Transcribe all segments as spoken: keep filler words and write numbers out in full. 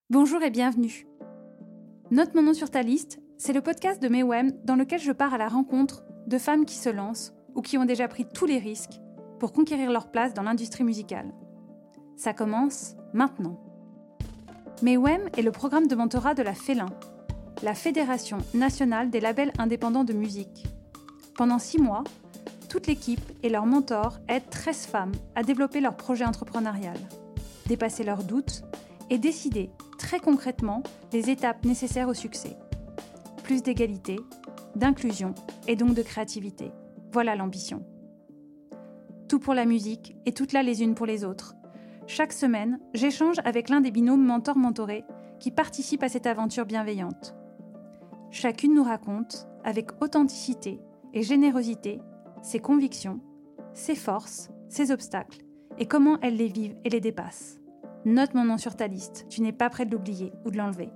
Bonjour et bienvenue. Note mon nom sur ta liste, c'est le podcast de Mewem dans lequel je pars à la rencontre de femmes qui se lancent ou qui ont déjà pris tous les risques pour conquérir leur place dans l'industrie musicale. Ça commence maintenant. Mewem est le programme de mentorat de la FELIN, la Fédération nationale des labels indépendants de musique. Pendant six mois, toute l'équipe et leurs mentors aident treize femmes à développer leur projet entrepreneurial, dépasser leurs doutes et décider très concrètement les étapes nécessaires au succès. Plus d'égalité, d'inclusion et donc de créativité. Voilà l'ambition. Tout pour la musique et toutes là les unes pour les autres. Chaque semaine, j'échange avec l'un des binômes mentors-mentorés qui participent à cette aventure bienveillante. Chacune nous raconte, avec authenticité et générosité, ses convictions, ses forces, ses obstacles et comment elles les vivent et les dépassent. Note mon nom sur ta liste, tu n'es pas près de l'oublier ou de l'enlever.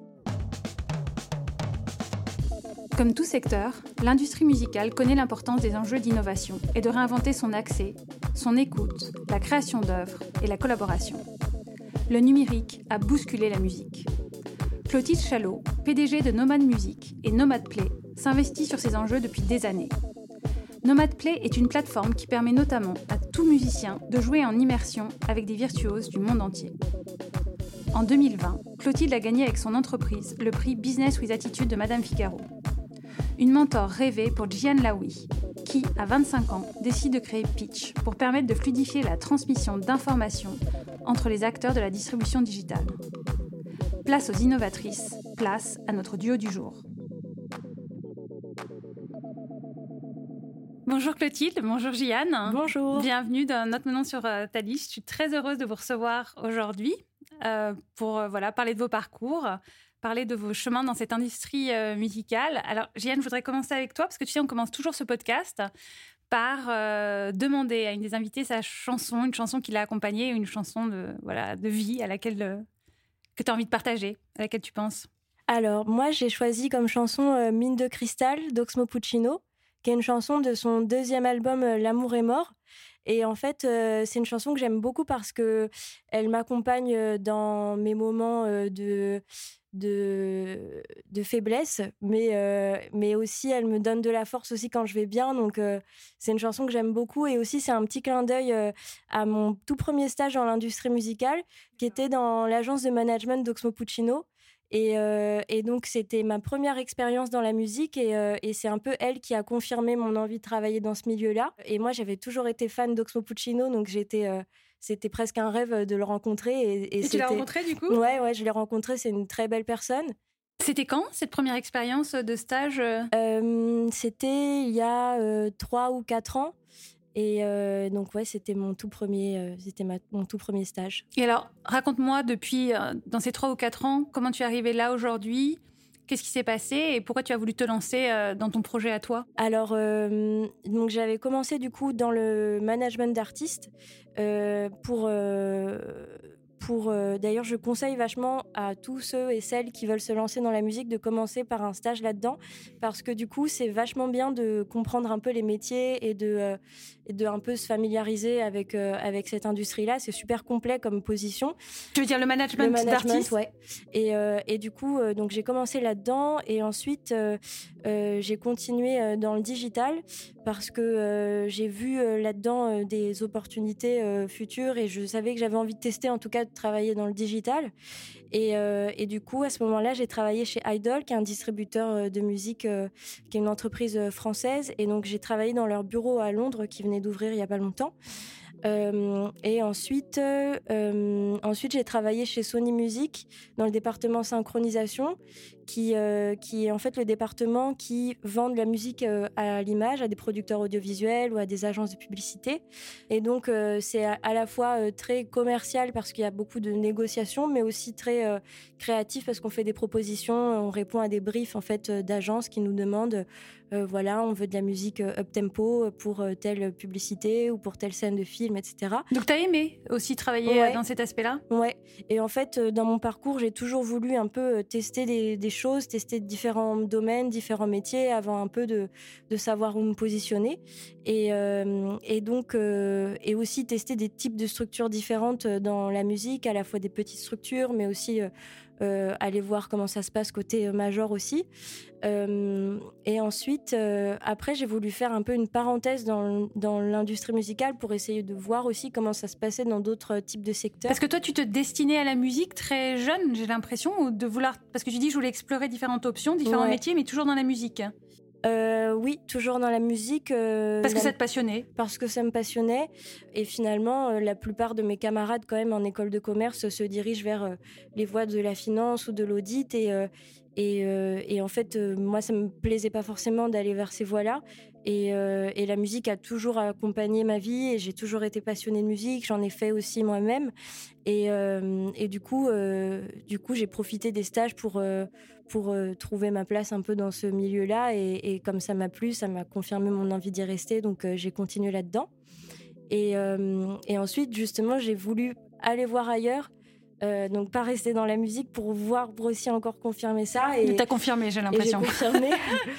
Comme tout secteur, l'industrie musicale connaît l'importance des enjeux d'innovation et de réinventer son accès, son écoute, la création d'œuvres et la collaboration. Le numérique a bousculé la musique. Clotilde Chalot, P D G de Nomad Music et Nomad Play, s'investit sur ces enjeux depuis des années. Nomad Play est une plateforme qui permet notamment à tout musicien de jouer en immersion avec des virtuoses du monde entier. En deux mille vingt, Clotilde a gagné avec son entreprise le prix Business with Attitude de Madame Figaro. Une mentor rêvée pour Jian Laoui, qui, à vingt-cinq ans, décide de créer Pitch pour permettre de fluidifier la transmission d'informations entre les acteurs de la distribution digitale. Place aux innovatrices, place à notre duo du jour. Bonjour Clotilde, bonjour Jian. Bonjour. Bienvenue dans Note mon nom sur euh, ta liste. Je suis très heureuse de vous recevoir aujourd'hui euh, pour euh, voilà, parler de vos parcours, parler de vos chemins dans cette industrie euh, musicale. Alors Jian, je voudrais commencer avec toi parce que tu sais, on commence toujours ce podcast par euh, demander à une des invitées sa chanson, une chanson qui l'a accompagnée, une chanson de, voilà, de vie à laquelle, euh, que tu as envie de partager, à laquelle tu penses. Alors moi j'ai choisi comme chanson euh, Mine de cristal d'Oxmo Puccino, qui est une chanson de son deuxième album euh, L'amour est mort. Et en fait, euh, c'est une chanson que j'aime beaucoup parce que elle m'accompagne dans mes moments euh, de, de, de faiblesse, mais, euh, mais aussi elle me donne de la force aussi quand je vais bien. Donc, euh, c'est une chanson que j'aime beaucoup. Et aussi, c'est un petit clin d'œil euh, à mon tout premier stage dans l'industrie musicale, qui était dans l'agence de management d'Oxmo Puccino. Et, euh, et donc, c'était ma première expérience dans la musique et, euh, et c'est un peu elle qui a confirmé mon envie de travailler dans ce milieu-là. Et moi, j'avais toujours été fan d'Oxmo Puccino, donc j'étais, euh, c'était presque un rêve de le rencontrer. Et, et, et c'était... tu l'as rencontré du coup ? Ouais, ouais, je l'ai rencontré, c'est une très belle personne. C'était quand, cette première expérience de stage ? euh, C'était il y a euh, trois ou quatre ans. Et euh, donc, ouais, c'était mon tout premier, euh, c'était ma, mon tout premier stage. Et alors, raconte-moi, depuis, euh, dans ces trois ou quatre ans, comment tu es arrivée là aujourd'hui ? Qu'est-ce qui s'est passé et pourquoi tu as voulu te lancer euh, dans ton projet à toi ? Alors, euh, donc j'avais commencé du coup dans le management d'artistes euh, pour... Euh, Pour, euh, d'ailleurs, je conseille vachement à tous ceux et celles qui veulent se lancer dans la musique de commencer par un stage là-dedans, parce que du coup, c'est vachement bien de comprendre un peu les métiers et de, euh, et de un peu se familiariser avec, euh, avec cette industrie-là. C'est super complet comme position. Tu veux dire le management, le management d'artistes ? Ouais. Et, euh, et du coup, euh, donc j'ai commencé là-dedans et ensuite euh, euh, j'ai continué euh, dans le digital parce que euh, j'ai vu euh, là-dedans euh, des opportunités euh, futures et je savais que j'avais envie de tester en tout cas de travailler dans le digital. Et, euh, et du coup, à ce moment-là, j'ai travaillé chez Idol, qui est un distributeur de musique, euh, qui est une entreprise française. Et donc, j'ai travaillé dans leur bureau à Londres, qui venait d'ouvrir il n'y a pas longtemps. Euh, et ensuite, euh, ensuite, j'ai travaillé chez Sony Music, dans le département synchronisation, qui, euh, qui est en fait le département qui vend de la musique euh, à l'image, à des producteurs audiovisuels ou à des agences de publicité. Et donc, euh, c'est à, à la fois euh, très commercial parce qu'il y a beaucoup de négociations, mais aussi très euh, créatif parce qu'on fait des propositions, on répond à des briefs en fait euh, d'agences qui nous demandent, euh, voilà, on veut de la musique euh, up-tempo pour euh, telle publicité ou pour telle scène de film, et cetera. Donc, tu as aimé aussi travailler ouais. dans cet aspect-là ? Ouais. Et en fait, euh, dans mon parcours, j'ai toujours voulu un peu euh, tester des, des choses, tester différents domaines, différents métiers, avant un peu de, de savoir où me positionner. Et, euh, et donc, euh, et aussi tester des types de structures différentes dans la musique, à la fois des petites structures, mais aussi euh, euh, aller voir comment ça se passe côté major aussi. Euh, et ensuite, euh, après, j'ai voulu faire un peu une parenthèse dans, dans l'industrie musicale pour essayer de voir aussi comment ça se passait dans d'autres types de secteurs. Parce que toi, tu te destinais à la musique très jeune, j'ai l'impression, ou de vouloir... Parce que tu dis, je voulais explorer différentes options, différents ouais. métiers, mais toujours dans la musique. Euh, oui, toujours dans la musique. Euh, parce que la... ça te passionnait. Parce que ça me passionnait. Et finalement, euh, la plupart de mes camarades, quand même, en école de commerce, se dirigent vers euh, les voies de la finance ou de l'audit. Et, euh, et, euh, et en fait, euh, moi, ça me plaisait pas forcément d'aller vers ces voies-là. Et, euh, et la musique a toujours accompagné ma vie. Et j'ai toujours été passionnée de musique. J'en ai fait aussi moi-même. Et, euh, et du coup, euh, du coup, j'ai profité des stages pour... Euh, pour euh, trouver ma place un peu dans ce milieu-là. Et, et comme ça m'a plu, ça m'a confirmé mon envie d'y rester. Donc, euh, j'ai continué là-dedans. Et, euh, et ensuite, justement, j'ai voulu aller voir ailleurs. Euh, donc, pas rester dans la musique pour voir, pour aussi encore confirmer ça. Et t'as confirmé, j'ai l'impression. Et j'ai confirmé.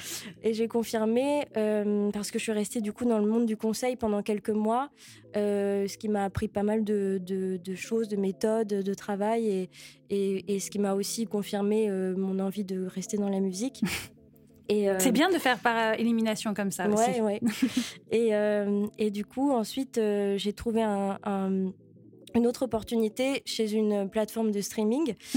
et j'ai confirmé euh, parce que je suis restée, du coup, dans le monde du conseil pendant quelques mois. Euh, ce qui m'a appris pas mal de, de, de choses, de méthodes, de travail. Et, et, et ce qui m'a aussi confirmé euh, mon envie de rester dans la musique. Et euh... C'est bien de faire par élimination comme ça ouais, aussi. Ouais. et, euh, et du coup, ensuite, euh, j'ai trouvé un... un une autre opportunité chez une plateforme de streaming. Mmh.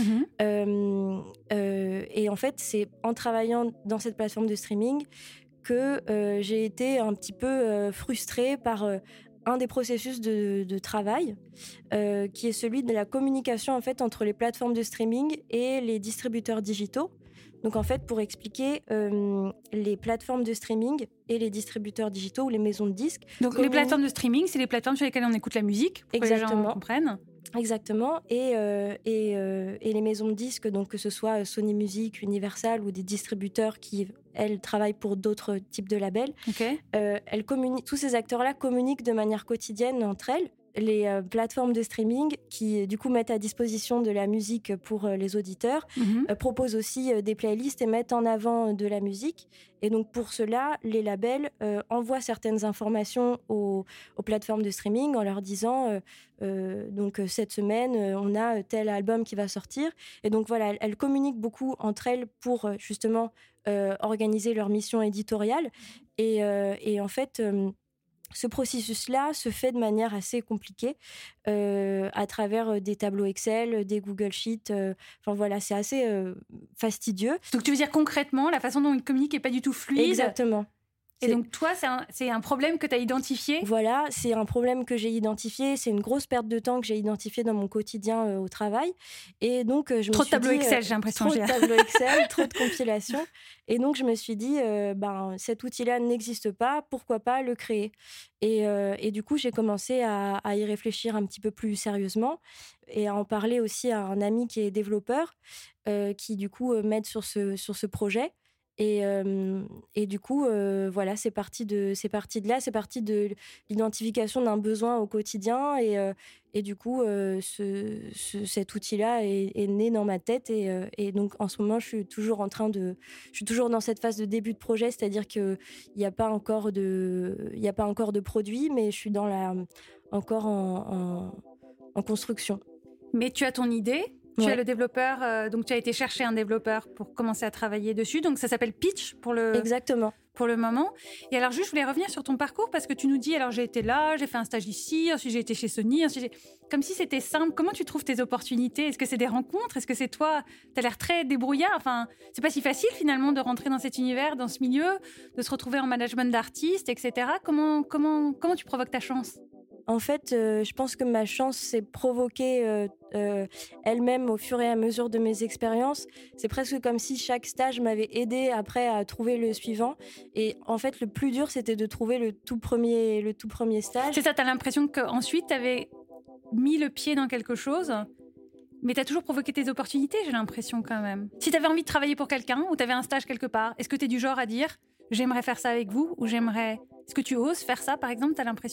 Euh, euh, et en fait, c'est en travaillant dans cette plateforme de streaming que euh, j'ai été un petit peu euh, frustrée par euh, un des processus de, de travail, euh, qui est celui de la communication en fait, entre les plateformes de streaming et les distributeurs digitaux. Donc en fait, pour expliquer, euh, les plateformes de streaming et les distributeurs digitaux ou les maisons de disques. Donc les plateformes de streaming, c'est les plateformes sur lesquelles on écoute la musique, pour Exactement. que les gens comprennent. Exactement. Et, euh, et, euh, et les maisons de disques, donc que ce soit Sony Music, Universal ou des distributeurs qui, elles, travaillent pour d'autres types de labels. Okay. Euh, elles communiquent, tous ces acteurs-là communiquent de manière quotidienne entre elles. Les euh, plateformes de streaming qui, du coup, mettent à disposition de la musique pour euh, les auditeurs, mmh. euh, proposent aussi euh, des playlists et mettent en avant euh, de la musique. Et donc, pour cela, les labels euh, envoient certaines informations aux, aux plateformes de streaming en leur disant euh, euh, donc, euh, cette semaine, euh, on a tel album qui va sortir. Et donc, voilà, elles, elles communiquent beaucoup entre elles pour, euh, justement, euh, organiser leur mission éditoriale. Et, euh, et en fait... Euh, Ce processus-là se fait de manière assez compliquée euh, à travers des tableaux Excel, des Google Sheets. Euh, enfin voilà, c'est assez euh, fastidieux. Donc tu veux dire concrètement, la façon dont ils communiquent n'est pas du tout fluide. Exactement. Et donc toi, c'est un, c'est un problème que tu as identifié ? Voilà, c'est un problème que j'ai identifié. C'est une grosse perte de temps que j'ai identifié dans mon quotidien euh, au travail. Et donc, euh, je trop me suis de tableaux dit, Excel, euh, j'ai l'impression. Trop de tableaux Excel, trop de compilations. Et donc, je me suis dit, euh, ben, cet outil-là n'existe pas, pourquoi pas le créer ? Et, euh, et du coup, j'ai commencé à, à y réfléchir un petit peu plus sérieusement et à en parler aussi à un ami qui est développeur, euh, qui du coup euh, m'aide sur ce, sur ce projet. Et, euh, et du coup, euh, voilà, c'est parti de, c'est parti de là, c'est parti de l'identification d'un besoin au quotidien. Et, euh, et du coup, euh, ce, ce, cet outil-là est, est né dans ma tête. Et, euh, et donc, en ce moment, je suis toujours en train de... Je suis toujours dans cette phase de début de projet, c'est-à-dire qu'il n'y a pas encore de, il n'y a pas encore de produit, mais je suis dans la, encore en, en, en construction. Mais tu as ton idée ? Tu Ouais. es le développeur, euh, donc tu as été chercher un développeur pour commencer à travailler dessus. Donc ça s'appelle Pitch pour le, Exactement. pour le moment. Et alors juste, je voulais revenir sur ton parcours parce que tu nous dis, alors j'ai été là, j'ai fait un stage ici, ensuite j'ai été chez Sony, ensuite j'ai... Comme si c'était simple. Comment tu trouves tes opportunités ? Est-ce que c'est des rencontres ? Est-ce que c'est toi ? Tu as l'air très débrouillard. Enfin, c'est pas si facile finalement de rentrer dans cet univers, dans ce milieu, de se retrouver en management d'artistes, et cetera. Comment, comment, comment tu provoques ta chance ? En fait, euh, je pense que ma chance s'est provoquée euh, euh, elle-même au fur et à mesure de mes expériences. C'est presque comme si chaque stage m'avait aidé après à trouver le suivant. Et en fait, le plus dur, c'était de trouver le tout premier, le tout premier stage. C'est ça, tu as l'impression qu'ensuite, tu avais mis le pied dans quelque chose, mais tu as toujours provoqué tes opportunités, j'ai l'impression quand même. Si tu avais envie de travailler pour quelqu'un ou tu avais un stage quelque part, est-ce que tu es du genre à dire « j'aimerais faire ça avec vous » ou « j'aimerais… » Est-ce que tu oses faire ça, par exemple, tu as l'impression ?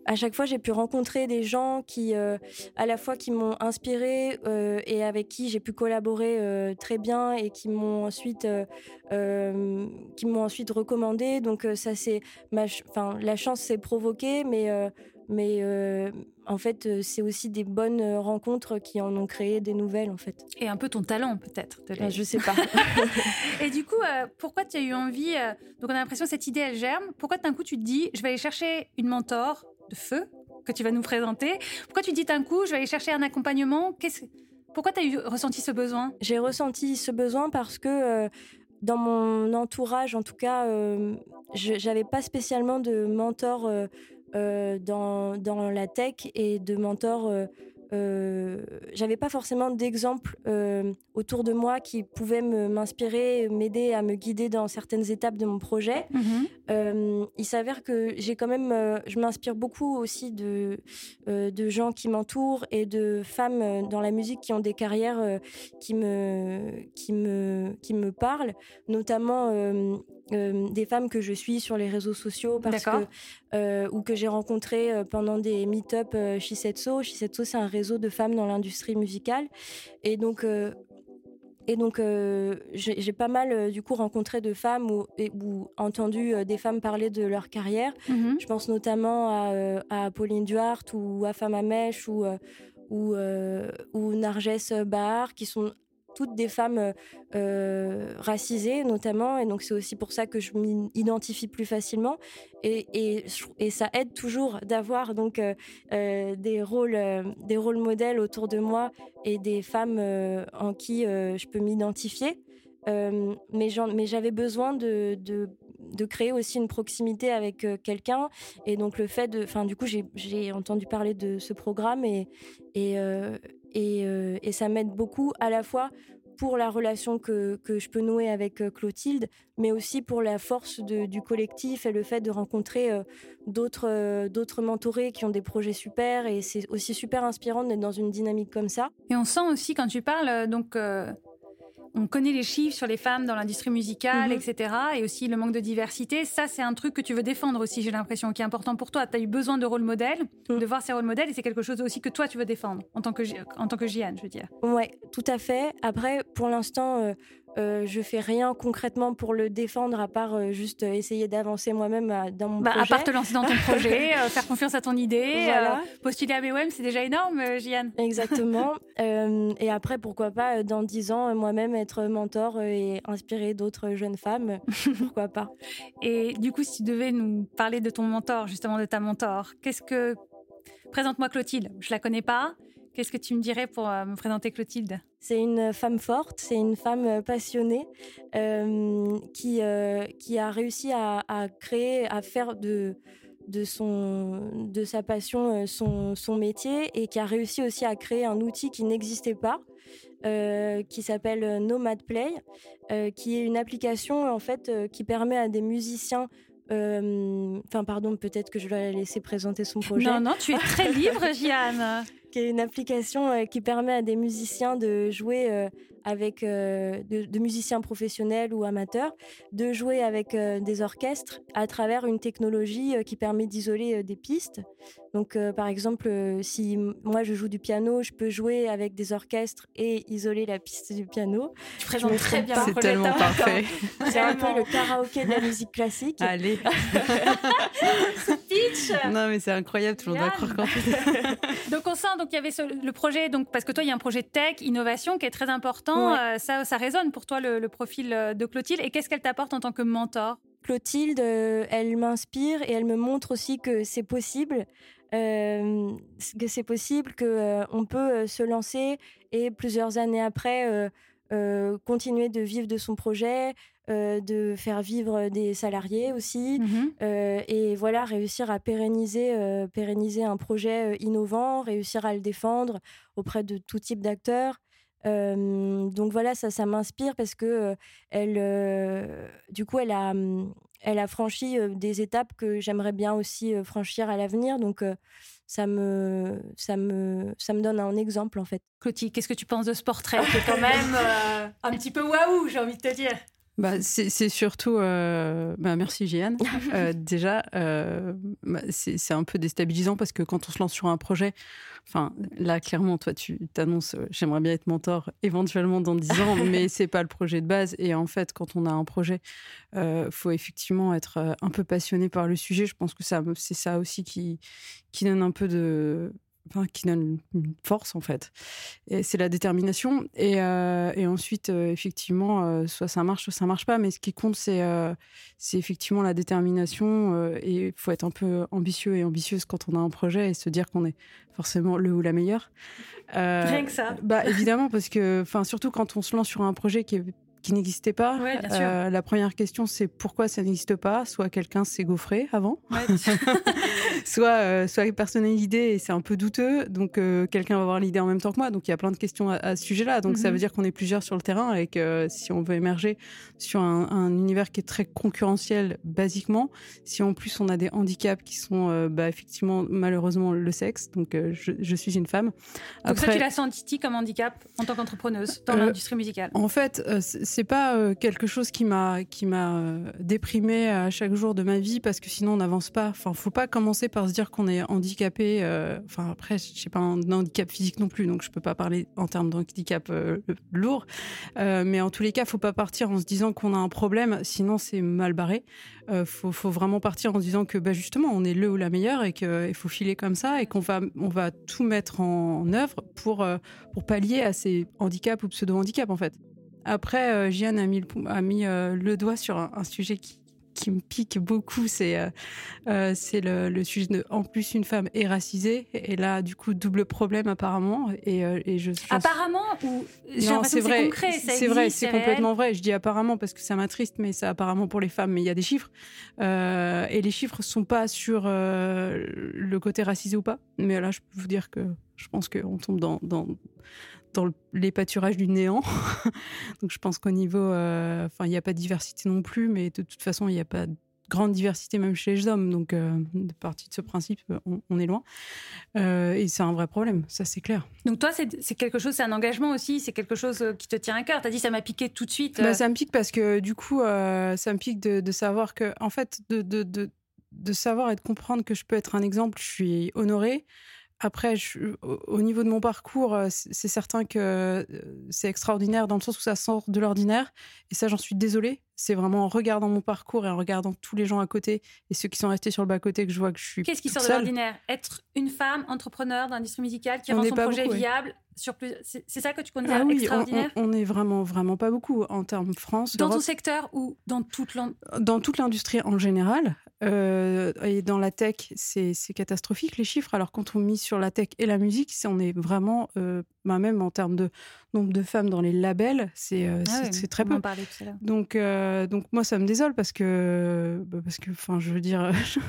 à chaque fois, j'ai pu rencontrer des gens qui, euh, à la fois, qui m'ont inspirée euh, et avec qui j'ai pu collaborer euh, très bien et qui m'ont ensuite, euh, euh, qui m'ont ensuite recommandé. Donc, euh, ça, c'est, ma ch- enfin, la chance s'est provoquée, mais, euh, mais euh, en fait, euh, c'est aussi des bonnes euh, rencontres qui en ont créé des nouvelles, en fait. Et un peu ton talent, peut-être. De les... Je sais pas. Et du coup, euh, pourquoi tu as eu envie euh, donc, on a l'impression que cette idée, elle germe. Pourquoi d'un coup, tu te dis, je vais aller chercher une mentor de feu que tu vas nous présenter. Pourquoi tu te dis d'un coup, je vais aller chercher un accompagnement. Qu'est-ce... Pourquoi tu as eu, ressenti ce besoin ? J'ai ressenti ce besoin parce que euh, dans mon entourage, en tout cas, euh, je n'avais pas spécialement de mentor euh, euh, dans, dans la tech et de mentor... Euh, euh, j'avais pas forcément d'exemples euh, autour de moi qui pouvaient me, m'inspirer, m'aider à me guider dans certaines étapes de mon projet. Mm-hmm. Euh, il s'avère que j'ai quand même, euh, je m'inspire beaucoup aussi de, euh, de gens qui m'entourent et de femmes euh, dans la musique qui ont des carrières euh, qui me, qui me, qui me parlent, notamment euh, euh, des femmes que je suis sur les réseaux sociaux parce D'accord. que, euh, ou que j'ai rencontrées euh, pendant des meet-up euh, Shisetsu. Shisetsu, c'est un réseau de femmes dans l'industrie musicale. Et donc, euh, Et donc, euh, j'ai, j'ai pas mal, euh, du coup, rencontré de femmes ou, et, ou entendu euh, des femmes parler de leur carrière. Mm-hmm. Je pense notamment à, euh, à Pauline Duarte ou à Fama Mèche ou, euh, ou, euh, ou Narges Bahar, qui sont toutes des femmes euh, racisées, notamment. Et donc, c'est aussi pour ça que je m'identifie plus facilement. Et, et, et ça aide toujours d'avoir donc, euh, euh, des, rôles, euh, des rôles modèles autour de moi et des femmes euh, en qui euh, je peux m'identifier. Euh, mais, mais j'avais besoin de, de, de créer aussi une proximité avec euh, quelqu'un. Et donc, le fait de... Enfin, du coup, j'ai, j'ai entendu parler de ce programme et, et, euh, et, euh, et ça m'aide beaucoup à la fois pour la relation que, que je peux nouer avec euh, Clotilde, mais aussi pour la force de, du collectif et le fait de rencontrer euh, d'autres, euh, d'autres mentorés qui ont des projets super. Et c'est aussi super inspirant d'être dans une dynamique comme ça. Et on sent aussi, quand tu parles, donc... Euh... On connaît les chiffres sur les femmes dans l'industrie musicale, mm-hmm. et cetera. Et aussi le manque de diversité. Ça, c'est un truc que tu veux défendre aussi, j'ai l'impression, qui est important pour toi. Tu as eu besoin de rôles modèles, mm. de voir ces rôles modèles. Et c'est quelque chose aussi que toi, tu veux défendre, en tant que, en tant que Jian, je veux dire. Ouais, tout à fait. Après, pour l'instant, euh, euh, je fais rien concrètement pour le défendre, à part euh, juste euh, essayer d'avancer moi-même euh, dans mon bah, projet. À part te lancer dans ton projet, euh, faire confiance à ton idée, voilà. euh, postuler à Mewem, c'est déjà énorme, euh, Jian. Exactement. euh, et après, pourquoi pas, euh, dans dix ans, euh, moi-même être mentor euh, et inspirer d'autres jeunes femmes. Pourquoi pas. Et du coup, si tu devais nous parler de ton mentor, justement de ta mentor, qu'est-ce que... Présente-moi Clotilde, je la connais pas. Qu'est-ce que tu me dirais pour euh, me présenter Clotilde ? C'est une femme forte, c'est une femme passionnée euh, qui, euh, qui a réussi à, à créer, à faire de, de, son, de sa passion son, son métier et qui a réussi aussi à créer un outil qui n'existait pas, euh, qui s'appelle Nomad Play, euh, qui est une application en fait, euh, qui permet à des musiciens... Enfin, euh, pardon, peut-être que je vais la laisser présenter son projet. Non, non, tu es très libre, Jian. Qui est une application euh, qui permet à des musiciens de jouer euh, avec euh, de, de musiciens professionnels ou amateurs, de jouer avec euh, des orchestres à travers une technologie euh, qui permet d'isoler euh, des pistes. Donc, euh, par exemple, euh, si m- moi je joue du piano, je peux jouer avec des orchestres et isoler la piste du piano. Tu présentes très bien. C'est tellement parfait. C'est un peu le karaoké de la musique classique. Allez. Ce pitch. Non, mais c'est incroyable, tout le monde va croire qu'en fait. Donc on sent donc il y avait ce, le projet, donc parce que toi il y a un projet tech, innovation qui est très important. Ouais. Euh, ça, ça résonne pour toi le, le profil de Clotilde. Et qu'est-ce qu'elle t'apporte en tant que mentor ? Clotilde, euh, elle m'inspire et elle me montre aussi que c'est possible, euh, que c'est possible, que euh, on peut euh, se lancer et plusieurs années après euh, euh, continuer de vivre de son projet, euh, de faire vivre des salariés aussi, mm-hmm. euh, et voilà, réussir à pérenniser, euh, pérenniser un projet euh, innovant, réussir à le défendre auprès de tout type d'acteurs. Euh, donc voilà, ça, ça m'inspire parce que euh, elle, euh, du coup, elle a, elle a franchi euh, des étapes que j'aimerais bien aussi euh, franchir à l'avenir. Donc euh, ça me, ça me, ça me donne un exemple en fait. Clotilde, qu'est-ce que tu penses de ce portrait qui est quand même euh, un petit peu waouh, j'ai envie de te dire. Bah, c'est, c'est surtout... Euh... Bah, merci, Jeanne. euh, déjà, euh... bah, c'est, c'est un peu déstabilisant parce que quand on se lance sur un projet, enfin, là, clairement, toi, tu t'annonces euh, j'aimerais bien être mentor éventuellement dans dix ans, mais c'est pas le projet de base. Et en fait, quand on a un projet, il euh, faut effectivement être euh, un peu passionné par le sujet. Je pense que ça, c'est ça aussi qui, qui donne un peu de... Enfin, qui donne une force en fait. Et c'est la détermination. Et, euh, et ensuite, euh, effectivement, euh, soit ça marche, soit ça marche pas. Mais ce qui compte, c'est, euh, c'est effectivement la détermination. Euh, et il faut être un peu ambitieux et ambitieuse quand on a un projet et se dire qu'on est forcément le ou la meilleure. Euh, Rien que ça. Bah évidemment, parce que, enfin, surtout quand on se lance sur un projet qui est qui n'existait pas. Ouais, bien euh, sûr. La première question, c'est pourquoi ça n'existe pas. Soit quelqu'un s'est gaufré avant, ouais. soit, euh, soit personne n'a l'idée et c'est un peu douteux. Donc, euh, quelqu'un va avoir l'idée en même temps que moi. Donc, il y a plein de questions à, à ce sujet-là. Donc, mm-hmm. ça veut dire qu'on est plusieurs sur le terrain et que euh, si on veut émerger sur un, un univers qui est très concurrentiel, basiquement, si en plus on a des handicaps qui sont euh, bah, effectivement, malheureusement, le sexe. Donc, euh, je, je suis une femme. Donc, Après, ça, tu l'as senti comme handicap en tant qu'entrepreneuse dans euh, l'industrie musicale? En fait, euh, c'est pas euh, quelque chose qui m'a qui m'a euh, déprimée à chaque jour de ma vie parce que sinon on n'avance pas. Enfin, faut pas commencer par se dire qu'on est handicapé. Euh, enfin, après, je sais pas un handicap physique non plus, donc je peux pas parler en termes d'handicap euh, lourd. Euh, mais en tous les cas, faut pas partir en se disant qu'on a un problème, sinon c'est mal barré. Euh, faut faut vraiment partir en se disant que bah justement on est le ou la meilleure et que il faut filer comme ça et qu'on va on va tout mettre en œuvre pour euh, pour pallier à ces handicaps ou pseudo-handicaps en fait. Après, euh, Jeanne a mis le, a mis, euh, le doigt sur un, un sujet qui, qui me pique beaucoup, c'est, euh, euh, c'est le, le sujet de, en plus, une femme est racisée, et là, du coup, double problème apparemment. Et, euh, et je, apparemment ou non, c'est vrai, c'est concret, ça c'est existe, vrai, c'est, c'est complètement vrai. Je dis apparemment parce que ça m'attriste, mais c'est apparemment pour les femmes, mais il y a des chiffres. Euh, et les chiffres sont pas sur euh, le côté racisé ou pas. Mais là, je peux vous dire que je pense qu'on tombe dans... dans dans les pâturages du néant. Donc je pense qu'au niveau... Euh, enfin, il n'y a pas de diversité non plus, mais de toute façon, il n'y a pas de grande diversité même chez les hommes. Donc, euh, de partie de ce principe, on, on est loin. Euh, et c'est un vrai problème, ça c'est clair. Donc toi, c'est, c'est quelque chose, c'est un engagement aussi, c'est quelque chose qui te tient à cœur. Tu as dit, ça m'a piqué tout de suite. Bah, ça me pique parce que du coup, euh, ça me pique de, de savoir que, en fait, de, de, de, de savoir et de comprendre que je peux être un exemple, je suis honorée. Après, je, au niveau de mon parcours, c'est certain que c'est extraordinaire dans le sens où ça sort de l'ordinaire. Et ça, j'en suis désolée. C'est vraiment en regardant mon parcours et en regardant tous les gens à côté et ceux qui sont restés sur le bas-côté que je vois que je suis Qu'est-ce qui sort de seule. l'ordinaire? Être une femme entrepreneur dans l'industrie musicale qui rend son projet beaucoup, viable ouais. sur plus... c'est, c'est ça que tu considères ah oui, extraordinaire? on, on, on est vraiment, vraiment pas beaucoup en termes France. Dans ton secteur ou dans toute l'industrie? Dans toute l'industrie en général. Euh, et dans la tech, c'est, c'est catastrophique les chiffres. Alors quand on mise sur la tech et la musique, c'est, on est vraiment, euh, bah même en termes de nombre de femmes dans les labels, c'est, euh, ah c'est, oui, c'est très peu. Donc, euh, donc moi ça me désole parce que, bah parce que, enfin, je veux dire,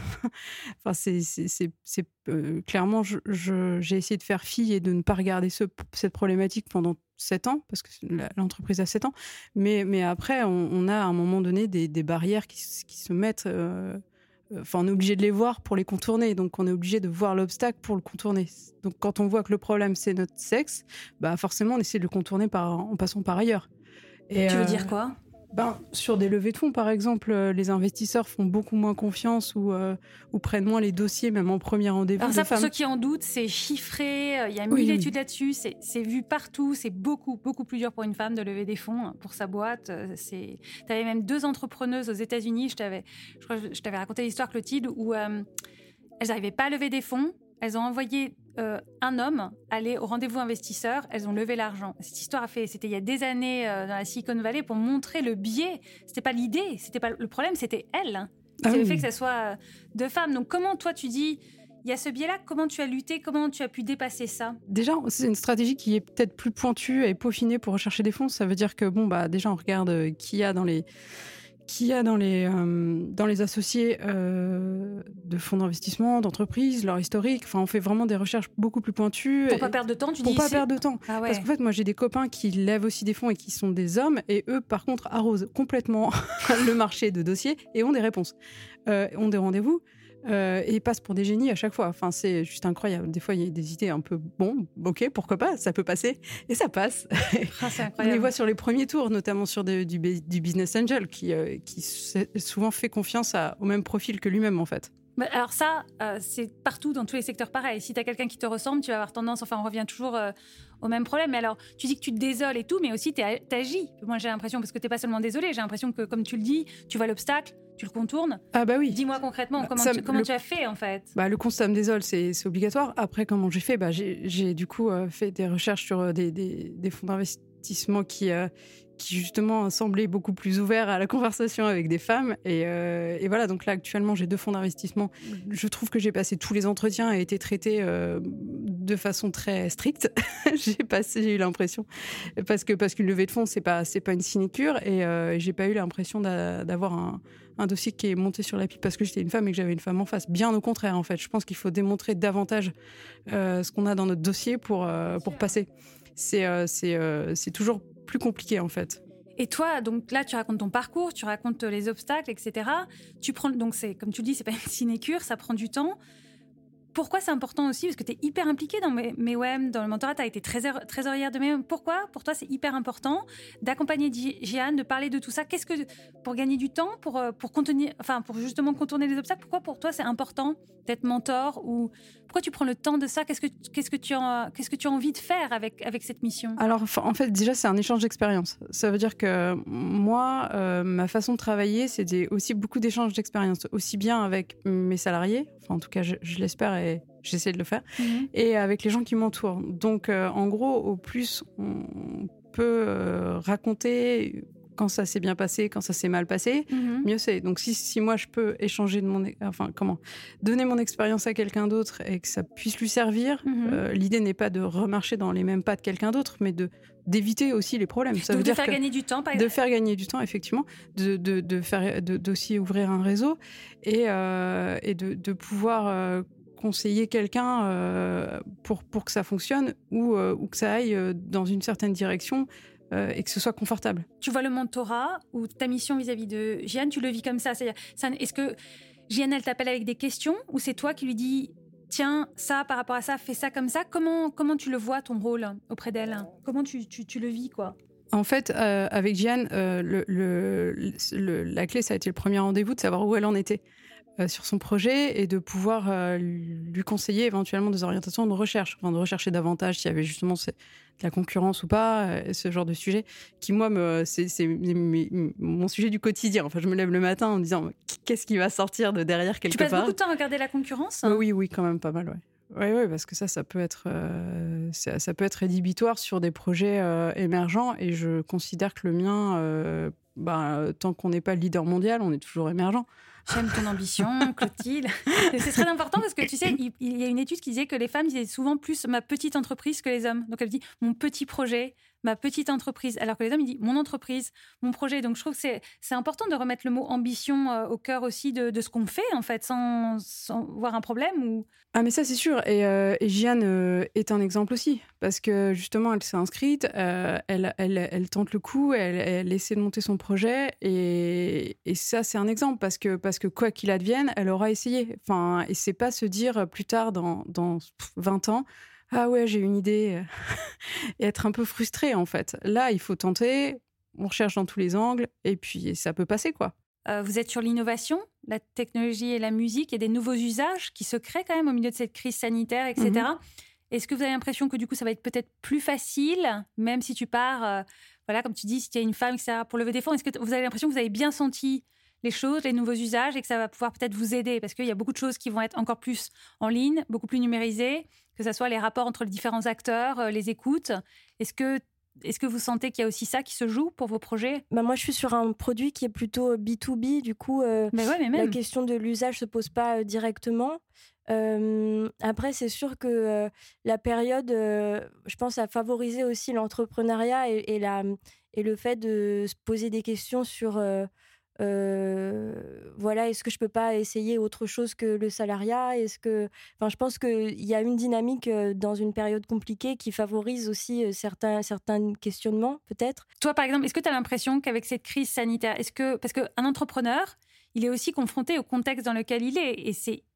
enfin c'est, c'est, c'est, c'est euh, clairement, je, je, j'ai essayé de faire fi et de ne pas regarder ce, cette problématique pendant sept ans, parce que l'entreprise a sept ans, mais, mais après, on, on a à un moment donné des, des barrières qui, qui se mettent... Euh, Enfin, on est obligé de les voir pour les contourner, donc on est obligé de voir l'obstacle pour le contourner. Donc quand on voit que le problème c'est notre sexe, bah forcément on essaie de le contourner par, en passant par ailleurs. Et tu euh, veux dire quoi? Ben, sur des levées de fonds, par exemple, euh, les investisseurs font beaucoup moins confiance ou, euh, ou prennent moins les dossiers, même en premier rendez-vous. Alors ça, pour femmes. ceux qui en doutent, c'est chiffré, il euh, y a mille oui, études oui. là-dessus, c'est, c'est vu partout, c'est beaucoup, beaucoup plus dur pour une femme de lever des fonds pour sa boîte. C'est... Tu avais même deux entrepreneuses aux États-Unis, je t'avais, je crois que je t'avais raconté l'histoire, Clotilde, où euh, elles n'arrivaient pas à lever des fonds. Elles ont envoyé euh, un homme aller au rendez-vous investisseur. Elles ont levé l'argent. Cette histoire a fait, c'était il y a des années euh, dans la Silicon Valley pour montrer le biais. C'était pas l'idée, c'était pas le problème, c'était elle. C'est ah oui. le fait que ça soit deux femmes. Donc comment toi tu dis, il y a ce biais-là. Comment tu as lutté, comment tu as pu dépasser ça? Déjà, c'est une stratégie qui est peut-être plus pointue et peaufinée pour rechercher des fonds. Ça veut dire que bon bah déjà on regarde qui y a dans les qu'il y a dans les, euh, dans les associés euh, de fonds d'investissement, d'entreprises, leur historique. Enfin, on fait vraiment des recherches beaucoup plus pointues. Pour ne pas perdre de temps, tu pour dis Pour pas c'est... perdre de temps. Ah ouais. Parce qu'en fait, moi, j'ai des copains qui lèvent aussi des fonds et qui sont des hommes, et eux, par contre, arrosent complètement le marché de dossiers et ont des réponses. Euh, ont des rendez-vous. euh, et passent pour des génies à chaque fois. Enfin, c'est juste incroyable. Des fois, il y a des idées un peu bon, ok, pourquoi pas, ça peut passer, et ça passe. Ah, c'est On les voit sur les premiers tours, notamment sur de, du, du business angel, qui, euh, qui souvent fait confiance à, au même profil que lui-même, en fait. Alors ça, euh, c'est partout dans tous les secteurs pareil. Si tu as quelqu'un qui te ressemble, tu vas avoir tendance, enfin on revient toujours euh, au même problème. Mais alors, tu dis que tu te désoles et tout, mais aussi tu agis. Moi j'ai l'impression, parce que tu n'es pas seulement désolé, j'ai l'impression que comme tu le dis, tu vois l'obstacle, tu le contournes. Ah bah oui. Dis-moi concrètement, bah, comment, ça, tu, comment le, tu as fait en fait? Bah, le constat me désole, c'est, c'est obligatoire. Après, comment j'ai fait bah, j'ai, j'ai du coup euh, fait des recherches sur euh, des, des, des fonds d'investissement qui... Euh, qui justement semblait beaucoup plus ouvert à la conversation avec des femmes. Et, euh, et voilà, donc là, actuellement, j'ai deux fonds d'investissement. Je trouve que j'ai passé tous les entretiens et été traitée euh, de façon très stricte. j'ai passé, j'ai eu l'impression, parce que parce qu'une levée de fonds, c'est pas c'est pas une sinécure, et euh, j'ai pas eu l'impression d'a, d'avoir un, un dossier qui est monté sur la pipe parce que j'étais une femme et que j'avais une femme en face. Bien au contraire, en fait, je pense qu'il faut démontrer davantage euh, ce qu'on a dans notre dossier pour euh, pour passer. C'est euh, c'est euh, c'est toujours plus compliqué en fait. Et toi, donc là, tu racontes ton parcours, tu racontes les obstacles, et cetera. Tu prends, donc c'est comme tu le dis, c'est pas une sinécure, ça prend du temps. Pourquoi c'est important aussi? Parce que tu es hyper impliquée dans Mewem, dans le mentorat, tu as été trésor, trésorière de Mewem. Pourquoi? Pour toi, c'est hyper important d'accompagner Jeanne, de parler de tout ça. Qu'est-ce que, pour gagner du temps, pour, pour, contenir, enfin, pour justement contourner les obstacles, pourquoi pour toi c'est important d'être mentor? Ou pourquoi tu prends le temps de ça? Qu'est-ce que, qu'est-ce que, tu, as, qu'est-ce que tu as envie de faire avec, avec cette mission? Alors, en fait, déjà, c'est un échange d'expérience. Ça veut dire que moi, euh, ma façon de travailler, c'était aussi beaucoup d'échanges d'expérience, aussi bien avec mes salariés, enfin, en tout cas, je, je l'espère et j'essaie de le faire, mmh. et avec les gens qui m'entourent. Donc, euh, en gros, au plus on peut euh, raconter quand ça s'est bien passé, quand ça s'est mal passé, mmh. mieux c'est. Donc, si, si moi, je peux échanger de mon... Enfin, comment donner mon expérience à quelqu'un d'autre et que ça puisse lui servir, mmh. euh, l'idée n'est pas de remarcher dans les mêmes pas de quelqu'un d'autre, mais de d'éviter aussi les problèmes. Ça Donc veut de dire faire que, gagner du temps, par exemple. De faire gagner du temps, effectivement, de, de, de faire, de, d'aussi ouvrir un réseau et, euh, et de, de pouvoir euh, conseiller quelqu'un euh, pour, pour que ça fonctionne ou, euh, ou que ça aille dans une certaine direction euh, et que ce soit confortable. Tu vois le mentorat ou ta mission vis-à-vis de Jeanne, tu le vis comme ça, c'est-à-dire, ça, est-ce que Jeanne, elle t'appelle avec des questions ou c'est toi qui lui dis tiens, ça, par rapport à ça, fais ça comme ça. Comment, comment tu le vois, ton rôle auprès d'elle? Comment tu, tu, tu le vis, quoi? En fait, euh, avec Jeanne, euh, le, le, le, la clé, ça a été le premier rendez-vous, de savoir où elle en était euh, sur son projet et de pouvoir euh, lui conseiller éventuellement des orientations de recherche, enfin, de rechercher davantage s'il y avait justement de la concurrence ou pas, euh, ce genre de sujet qui, moi, me, c'est, c'est mes, mon sujet du quotidien. Enfin, je me lève le matin en me disant qu'est-ce qui va sortir de derrière quelque part. Tu passes beaucoup de temps à regarder la concurrence? euh, Oui, oui, quand même pas mal, ouais. Oui, ouais, parce que ça, ça peut être, euh, ça, ça peut être rédhibitoire sur des projets euh, émergents. Et je considère que le mien, euh, bah, tant qu'on n'est pas le leader mondial, on est toujours émergent. J'aime ton ambition, Clotilde. C'est très important parce que tu sais, il, il y a une étude qui disait que les femmes disaient souvent plus ma petite entreprise que les hommes. Donc elle dit mon petit projet, ma petite entreprise. Alors que les hommes, ils disent mon entreprise, mon projet. Donc je trouve que c'est, c'est important de remettre le mot ambition euh, au cœur aussi de, de ce qu'on fait, en fait, sans, sans voir un problème. Ou... Ah, mais ça, c'est sûr. Et, euh, et Jeanne euh, est un exemple aussi. Parce que justement, elle s'est inscrite, euh, elle, elle, elle tente le coup, elle, elle essaie de monter son projet. Et, et ça, c'est un exemple. Parce que, parce que quoi qu'il advienne, elle aura essayé. Enfin, et c'est pas se dire plus tard, dans, dans vingt ans, ah ouais, j'ai une idée, et être un peu frustré, en fait. Là, il faut tenter, on recherche dans tous les angles, et puis ça peut passer, quoi. Euh, vous êtes sur l'innovation, la technologie et la musique, il y a des nouveaux usages qui se créent quand même au milieu de cette crise sanitaire, et cetera. Mm-hmm. Est-ce que vous avez l'impression que du coup, ça va être peut-être plus facile, même si tu pars, euh, voilà, comme tu dis, si tu es une femme, et cetera, pour lever des fonds, est-ce que vous avez l'impression que vous avez bien senti les choses, les nouveaux usages, et que ça va pouvoir peut-être vous aider? Parce qu'il y a beaucoup de choses qui vont être encore plus en ligne, beaucoup plus numérisées, que ce soit les rapports entre les différents acteurs, les écoutes. Est-ce que, est-ce que vous sentez qu'il y a aussi ça qui se joue pour vos projets? Bah moi, je suis sur un produit qui est plutôt B deux B. Du coup, euh, mais ouais, mais même. la question de l'usage ne se pose pas euh, directement. Euh, après, c'est sûr que euh, la période, euh, je pense, a favorisé aussi l'entrepreneuriat et, et, la, et le fait de se poser des questions sur... Euh, Euh, voilà, est-ce que je peux pas essayer autre chose que le salariat? Est-ce que, enfin, je pense qu'il y a une dynamique dans une période compliquée qui favorise aussi certains, certains questionnements, peut-être. Toi, par exemple, est-ce que tu as l'impression qu'avec cette crise sanitaire, est-ce que, parce qu'un entrepreneur, il est aussi confronté au contexte dans lequel il est, et c'est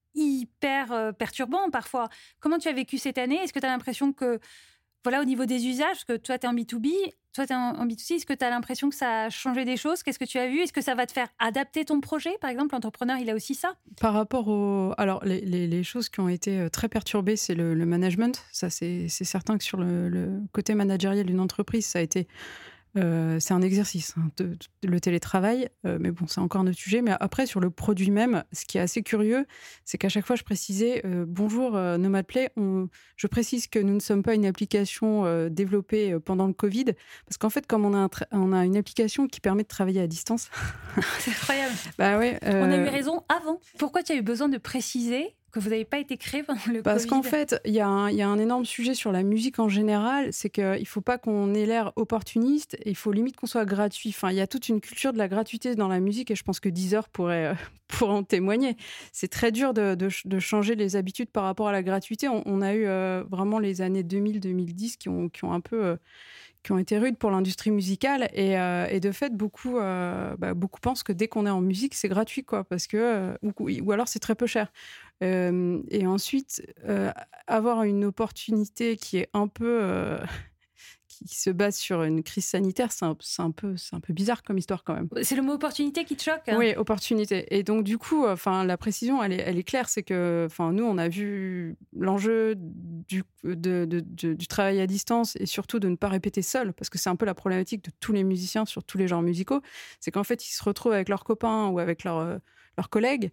hyper euh, perturbant parfois. Comment tu as vécu cette année? Est-ce que tu as l'impression que, voilà, au niveau des usages, parce que toi, tu es en B deux B, toi, tu es en B deux C, est-ce que tu as l'impression que ça a changé des choses? Qu'est-ce que tu as vu? Est-ce que ça va te faire adapter ton projet? Par exemple, l'entrepreneur, il a aussi ça? Par rapport au... Alors, les, les, les choses qui ont été très perturbées, c'est le, le management. Ça, c'est, c'est certain que sur le, le côté managériel d'une entreprise, ça a été... Euh, c'est un exercice, hein, de, de, le télétravail, euh, mais bon, c'est encore notre sujet. Mais après, sur le produit même, ce qui est assez curieux, c'est qu'à chaque fois, je précisais euh, bonjour euh, Nomadplay, on, je précise que nous ne sommes pas une application euh, développée pendant le Covid, parce qu'en fait, comme on a, un tra- on a une application qui permet de travailler à distance. C'est incroyable. Bah ouais, euh... On a eu raison avant. Pourquoi tu as eu besoin de préciser que vous n'avez pas été créé pendant le Parce Covid? qu'en fait, il y, y a un énorme sujet sur la musique en général, c'est qu'il ne faut pas qu'on ait l'air opportuniste, il faut limite qu'on soit gratuit. Enfin, il y a toute une culture de la gratuité dans la musique et je pense que Deezer pourrait, euh, pourrait en témoigner. C'est très dur de, de, de changer les habitudes par rapport à la gratuité. On, on a eu euh, vraiment les années deux mille deux mille dix qui ont, qui ont un peu... Euh, qui ont été rudes pour l'industrie musicale et, euh, et de fait beaucoup euh, bah, beaucoup pensent que dès qu'on est en musique c'est gratuit quoi, parce que euh, ou, ou alors c'est très peu cher euh, et ensuite euh, avoir une opportunité qui est un peu euh, qui se base sur une crise sanitaire, c'est un, c'est un peu c'est un peu bizarre comme histoire quand même. C'est le mot opportunité qui te choque, hein? Oui, opportunité. Et donc du coup, enfin la précision, elle est, elle est claire, c'est que, enfin nous, on a vu l'enjeu du, de, de, de, du travail à distance et surtout de ne pas répéter seul, parce que c'est un peu la problématique de tous les musiciens sur tous les genres musicaux, c'est qu'en fait ils se retrouvent avec leurs copains ou avec leurs leurs collègues.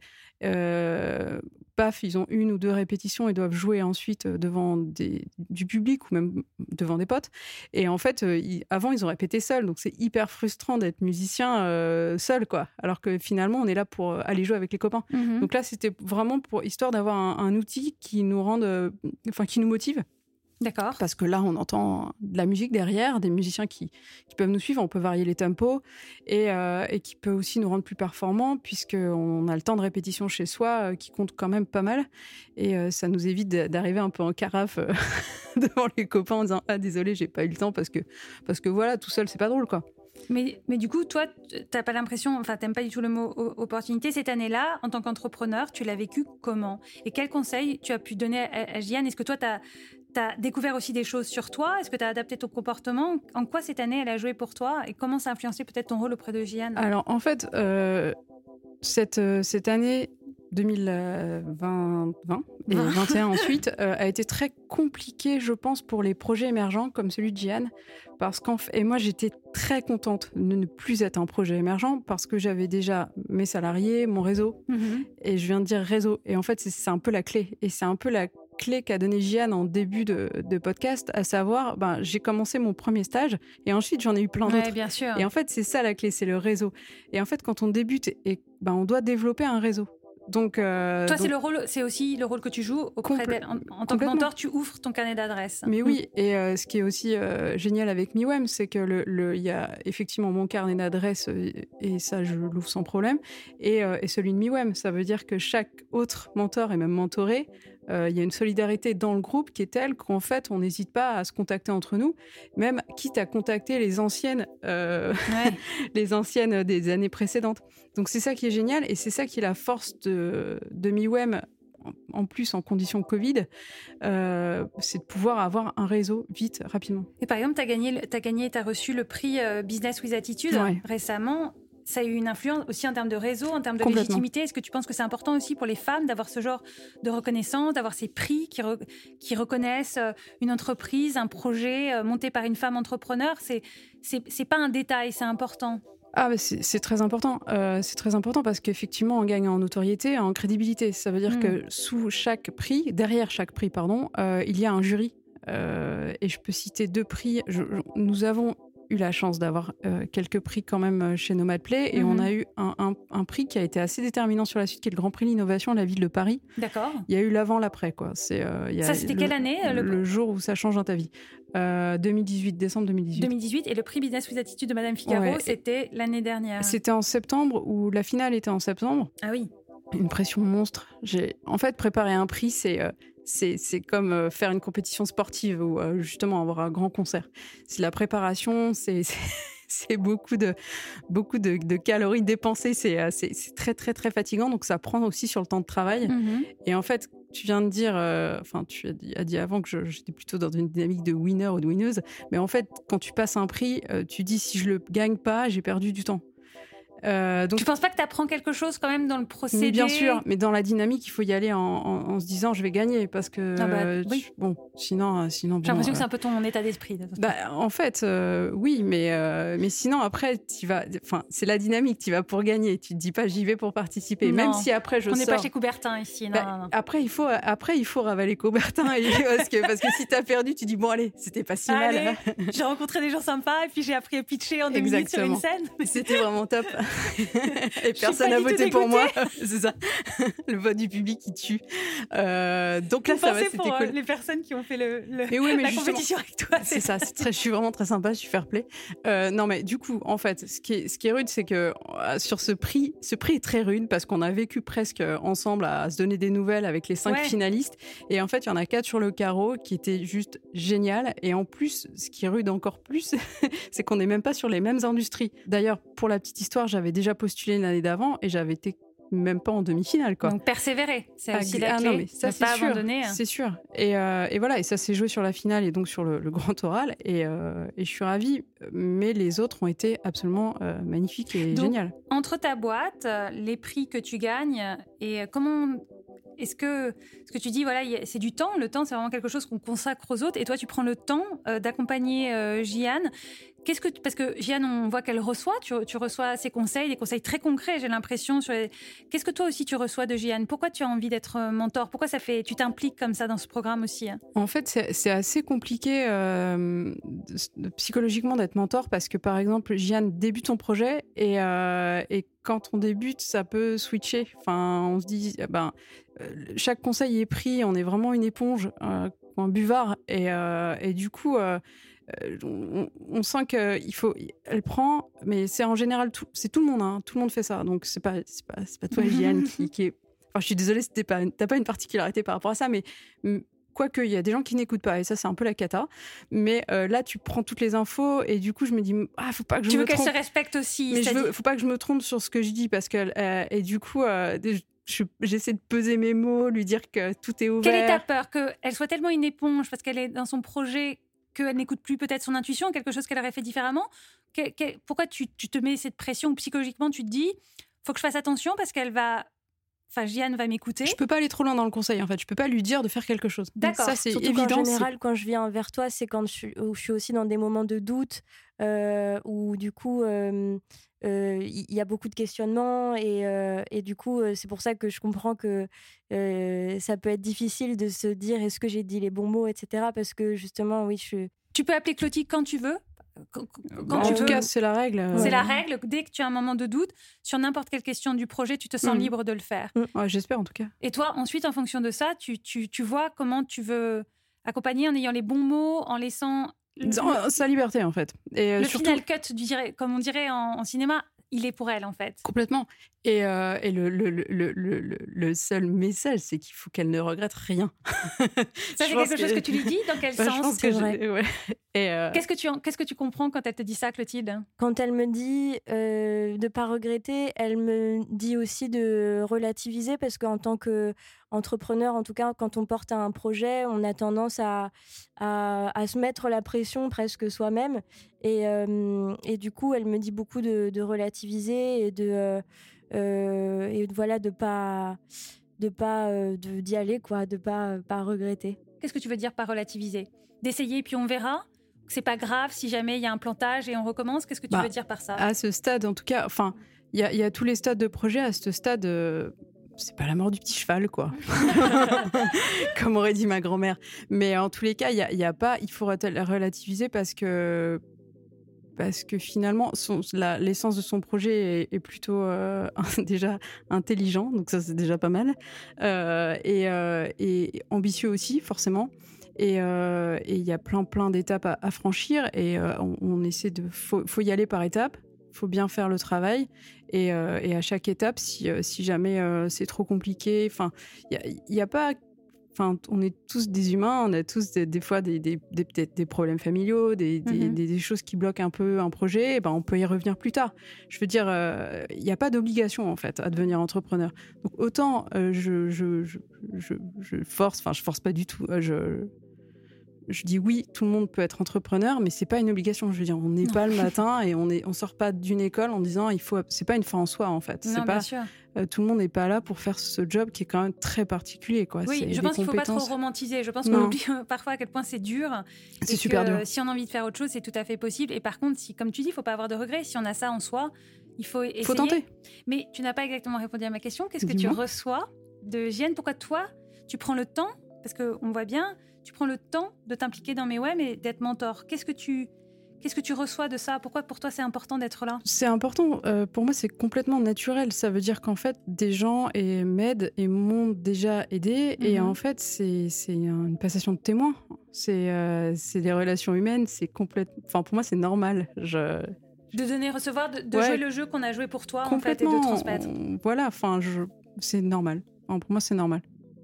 Euh, paf, ils ont une ou deux répétitions et doivent jouer ensuite devant des, du public ou même devant des potes. Et en fait, euh, ils, avant, ils ont répété seuls. Donc, c'est hyper frustrant d'être musicien euh, seul, quoi. Alors que finalement, on est là pour aller jouer avec les copains. Mm-hmm. Donc là, c'était vraiment pour histoire d'avoir un, un outil qui nous rende, euh, enfin, qui nous motive. D'accord. Parce que là, on entend de la musique derrière, des musiciens qui, qui peuvent nous suivre, on peut varier les tempos et, euh, et qui peut aussi nous rendre plus performants puisqu'on a le temps de répétition chez soi euh, qui compte quand même pas mal et euh, ça nous évite d'arriver un peu en carafe euh, devant les copains en disant « Ah, désolé, j'ai pas eu le temps parce que, parce que voilà, tout seul, c'est pas drôle, quoi ». Mais, mais du coup, toi, t'as pas l'impression, enfin, t'aimes pas du tout le mot opportunité. Cette année-là, en tant qu'entrepreneur, tu l'as vécu comment? Et quels conseils tu as pu donner à, à Gianne? Est-ce que toi, t'as as découvert aussi des choses sur toi? Est-ce que tu as adapté ton comportement? En quoi cette année, elle a joué pour toi? Et comment ça a influencé peut-être ton rôle auprès de Gianne? Alors, en fait, euh, cette, euh, cette année deux mille vingt, vingt et vingt et un ensuite euh, a été très compliquée, je pense, pour les projets émergents comme celui de Gianne. Parce qu'en fait, et moi, j'étais très contente de ne plus être un projet émergent parce que j'avais déjà mes salariés, mon réseau. Mm-hmm. Et je viens de dire réseau. Et en fait, c'est, c'est un peu la clé. Et c'est un peu la clé qu'a donné Gianne en début de, de podcast, à savoir, ben, j'ai commencé mon premier stage et ensuite j'en ai eu plein d'autres. Ouais, bien sûr. Et en fait, c'est ça la clé, c'est le réseau. Et en fait, quand on débute, et, ben, on doit développer un réseau. Donc, euh, toi, donc... c'est le rôle, c'est aussi le rôle que tu joues auprès Complé- d'elle. En, en tant que mentor, tu ouvres ton carnet d'adresses. Mais oui, et euh, ce qui est aussi euh, génial avec MeWem, c'est que le, le, y a effectivement mon carnet d'adresses euh, et ça, je l'ouvre sans problème, et, euh, et celui de MeWem. Ça veut dire que chaque autre mentor et même mentoré, il euh, y a une solidarité dans le groupe qui est telle qu'en fait, on n'hésite pas à se contacter entre nous, même quitte à contacter les anciennes, euh, ouais. les anciennes des années précédentes. Donc c'est ça qui est génial et c'est ça qui est la force de, de MeWem, en plus en conditions Covid, euh, c'est de pouvoir avoir un réseau vite, rapidement. Et par exemple, tu as gagné, tu as gagné, tu as reçu le prix euh, Business with Attitude ouais. récemment. Ça a eu une influence aussi en termes de réseau, en termes de légitimité. Est-ce que tu penses que c'est important aussi pour les femmes d'avoir ce genre de reconnaissance, d'avoir ces prix qui, re, qui reconnaissent une entreprise, un projet monté par une femme entrepreneur? C'est, c'est, c'est pas un détail, c'est important. Ah, bah c'est, c'est très important. Euh, c'est très important parce qu'effectivement, on gagne en notoriété, en crédibilité. Ça veut dire mmh. que sous chaque prix, derrière chaque prix, pardon, euh, il y a un jury. Euh, et je peux citer deux prix. Je, je, nous avons eu la chance d'avoir euh, quelques prix quand même chez Nomadplay et mmh. on a eu un, un, un prix qui a été assez déterminant sur la suite, qui est le Grand Prix de l'Innovation de la ville de Paris. D'accord. Il y a eu l'avant, l'après, quoi. C'est, euh, il y a ça, c'était le, quelle année le, le... le jour où ça change dans ta vie. Euh, deux mille dix-huit, décembre deux mille dix-huit. deux mille dix-huit, et le prix Business with Attitude de Madame Figaro, ouais. c'était l'année dernière. C'était en septembre, où la finale était en septembre. Ah oui. Une pression monstre. J'ai... En fait, préparer un prix, c'est... Euh, C'est, c'est comme euh, faire une compétition sportive ou euh, justement avoir un grand concert. C'est la préparation, c'est, c'est, c'est beaucoup de, beaucoup de, de calories dépensées. C'est, c'est, c'est très, très, très fatigant. Donc, ça prend aussi sur le temps de travail. Mm-hmm. Et en fait, tu viens de dire, enfin, euh, tu as dit, as dit avant que je, j'étais plutôt dans une dynamique de winner ou de winneuse. Mais en fait, quand tu passes un prix, euh, tu dis si je le gagne pas, j'ai perdu du temps. Euh, donc, tu penses pas que tu apprends quelque chose quand même dans le procédé? Mais bien sûr, mais dans la dynamique, il faut y aller en, en, en se disant je vais gagner parce que ah bah, euh, oui. tu, bon, sinon, sinon. J'ai bon, l'impression euh, que c'est un peu ton état d'esprit. Bah, en fait, euh, oui, mais euh, mais sinon après, tu vas, enfin, c'est la dynamique. Tu vas pour gagner. Tu te dis pas j'y vais pour participer. Non. Même si après je On sors. n'est pas chez Coubertin ici. Non, bah, non, non. Après, il faut, après, il faut ravaler Coubertin et, parce que parce que si t'as perdu, tu dis bon allez, c'était pas si allez, mal. J'ai rencontré des gens sympas et puis j'ai appris à pitcher en deux minutes sur une scène. C'était vraiment top. Et personne n'a voté pour moi. C'est ça. Le vote du public qui tue. Euh, donc là, Vous ça va, c'était pour cool. Les personnes qui ont fait le, le mais oui, mais la compétition avec toi. C'est ça. C'est très, je suis vraiment très sympa. Je suis fair play. Euh, non, mais du coup, en fait, ce qui est, ce qui est rude, c'est que euh, sur ce prix, ce prix est très rude parce qu'on a vécu presque ensemble à, à se donner des nouvelles avec les cinq ouais. finalistes. Et en fait, il y en a quatre sur le carreau qui étaient juste géniales. Et en plus, ce qui est rude encore plus, c'est qu'on n'est même pas sur les mêmes industries. D'ailleurs, pour la petite histoire, j'avais déjà postulé l'année d'avant et j'avais été même pas en demi-finale, quoi. Donc persévérer, c'est ah, aussi la ah, clé. Non, mais ça, ne c'est pas sûr, abandonner. C'est sûr. Et, euh, et voilà, et ça s'est joué sur la finale et donc sur le, le grand oral. Et, euh, et je suis ravie, mais les autres ont été absolument euh, magnifiques et donc, géniales. Entre ta boîte, les prix que tu gagnes et comment... Est-ce que ce que tu dis, voilà, c'est du temps. Le temps, c'est vraiment quelque chose qu'on consacre aux autres. Et toi, tu prends le temps euh, d'accompagner euh, Jian. Qu'est-ce que, parce que Jian, on voit qu'elle reçoit. Tu, tu reçois ses conseils, des conseils très concrets. J'ai l'impression. Sur les... Qu'est-ce que toi aussi tu reçois de Jian? Pourquoi tu as envie d'être mentor? Pourquoi ça fait, tu t'impliques comme ça dans ce programme aussi, hein? En fait, c'est, c'est assez compliqué euh, de, psychologiquement d'être mentor parce que, par exemple, Jian débute son projet et, euh, et quand on débute, ça peut switcher. Enfin, on se dit, ben, chaque conseil est pris, on est vraiment une éponge, euh, un buvard, et, euh, et du coup, euh, on, on sent qu'il faut, elle prend, mais c'est en général, tout, c'est tout le monde, hein, tout le monde fait ça, donc c'est pas, c'est pas, c'est pas toi, Jian, qui, qui est. Enfin, je suis désolée, c'était pas, t'as pas une particularité par rapport à ça, mais. Quoique, il y a des gens qui n'écoutent pas, et ça, c'est un peu la cata. Mais euh, là, tu prends toutes les infos, et du coup, je me dis, ah, faut pas que je tu me veux trompe. qu'elle se respecte aussi. Mais je veux, faut pas que je me trompe sur ce que je dis, parce que, euh, et du coup, euh, je, j'essaie de peser mes mots, lui dire que tout est ouvert. Quelle est ta peur? Qu'elle soit tellement une éponge, parce qu'elle est dans son projet, qu'elle n'écoute plus peut-être son intuition, quelque chose qu'elle aurait fait différemment? que, que, Pourquoi tu, tu te mets cette pression, ou psychologiquement, tu te dis, faut que je fasse attention, parce qu'elle va... Enfin, Jian va m'écouter. Je peux pas aller trop loin dans le conseil, en fait. Je peux pas lui dire de faire quelque chose. D'accord. Ça, c'est Surtout évident. En général, c'est... quand je viens vers toi, c'est quand je suis, où je suis aussi dans des moments de doute, euh, où du coup, il euh, euh, y a beaucoup de questionnements. Et, euh, et du coup, euh, c'est pour ça que je comprends que euh, ça peut être difficile de se dire est-ce que j'ai dit les bons mots, et cetera. Parce que justement, oui, je suis... Tu peux appeler Clotilde quand tu veux. Quand, quand en tu tout veux. cas, c'est la règle. C'est ouais. la règle. Dès que tu as un moment de doute sur n'importe quelle question du projet, tu te sens mmh. libre de le faire. Mmh. Ouais, j'espère en tout cas. Et toi, ensuite, en fonction de ça, tu, tu, tu vois comment tu veux accompagner en ayant les bons mots, en laissant... Le, sa liberté, en fait. Et le surtout... final cut, du, comme on dirait en, en cinéma, il est pour elle, en fait. Complètement. Et, euh, et le, le, le, le, le, le seul message, c'est qu'il faut qu'elle ne regrette rien. Ça, c'est quelque que... chose que tu lui dis? Dans quel bah, sens? C'est vrai. Ouais. Et euh... qu'est-ce, que tu, qu'est-ce que tu comprends quand elle te dit ça, Clotilde? Quand elle me dit euh, de ne pas regretter, elle me dit aussi de relativiser parce qu'en tant qu'entrepreneur, en tout cas, quand on porte un projet, on a tendance à, à, à se mettre la pression presque soi-même. Et, euh, et du coup, elle me dit beaucoup de, de relativiser et de... Euh, Euh, et voilà, de pas de pas euh, de, d'y aller, quoi, de pas euh, pas regretter. Qu'est-ce que tu veux dire par relativiser? D'essayer puis on verra? C'est pas grave si jamais il y a un plantage et on recommence? Qu'est-ce que tu bah, veux dire par ça? À ce stade, en tout cas, enfin, il y a, y a tous les stades de projet. À ce stade, euh, c'est pas la mort du petit cheval, quoi. Comme aurait dit ma grand-mère. Mais en tous les cas, il y a, y a pas, il faut relativiser parce que parce que finalement, son, la, l'essence de son projet est, est plutôt euh, déjà intelligent, donc ça c'est déjà pas mal, euh, et, euh, et ambitieux aussi forcément. Et il euh, y a plein plein d'étapes à, à franchir, et euh, on, on essaie de, faut, faut y aller par étapes. Faut bien faire le travail, et, euh, et à chaque étape, si, si jamais euh, c'est trop compliqué, enfin, il y a, y a pas. enfin, on est tous des humains, on a tous des, des fois des, des, des, peut-être des problèmes familiaux, des, des, mm-hmm. des, des choses qui bloquent un peu un projet, et ben, on peut y revenir plus tard. Je veux dire, il euh, n'y a pas d'obligation, en fait, à devenir entrepreneur. Donc, autant euh, je, je, je, je, je force, enfin, je force pas du tout, euh, je... Je dis oui, tout le monde peut être entrepreneur, mais c'est pas une obligation. Je veux dire, on n'est pas le matin et on est, on sort pas d'une école en disant il faut. C'est pas une fin en soi en fait. Non, c'est bien pas. sûr. Euh, tout le monde n'est pas là pour faire ce job qui est quand même très particulier, quoi. Oui, c'est je pense qu'il faut pas trop romantiser. Je pense qu'on oublie parfois à quel point c'est dur. C'est super que, dur. Euh, si on a envie de faire autre chose, c'est tout à fait possible. Et par contre, si, comme tu dis, il faut pas avoir de regrets. Si on a ça en soi, il faut essayer. Faut tenter. Mais tu n'as pas exactement répondu à ma question. Qu'est-ce que Dis-moi. tu reçois de Gienne? Pourquoi toi, tu prends le temps? Parce que on voit bien. Tu prends le temps de t'impliquer dans Mayhem et d'être mentor. Qu'est-ce que tu, qu'est-ce que tu reçois de ça? Pourquoi pour toi c'est important d'être là? C'est important. Euh, pour moi, c'est complètement naturel. Ça veut dire qu'en fait, des gens et m'aident et m'ont déjà aidé. Mm-hmm. Et en fait, c'est, c'est une passation de témoin. C'est, euh, c'est des relations humaines. C'est complètement. Enfin, pour moi, c'est normal. Je... De donner, recevoir, de, de ouais. jouer le jeu qu'on a joué pour toi, en fait, et de transmettre. On... Voilà. Enfin, je... c'est normal. Enfin, pour moi, c'est normal.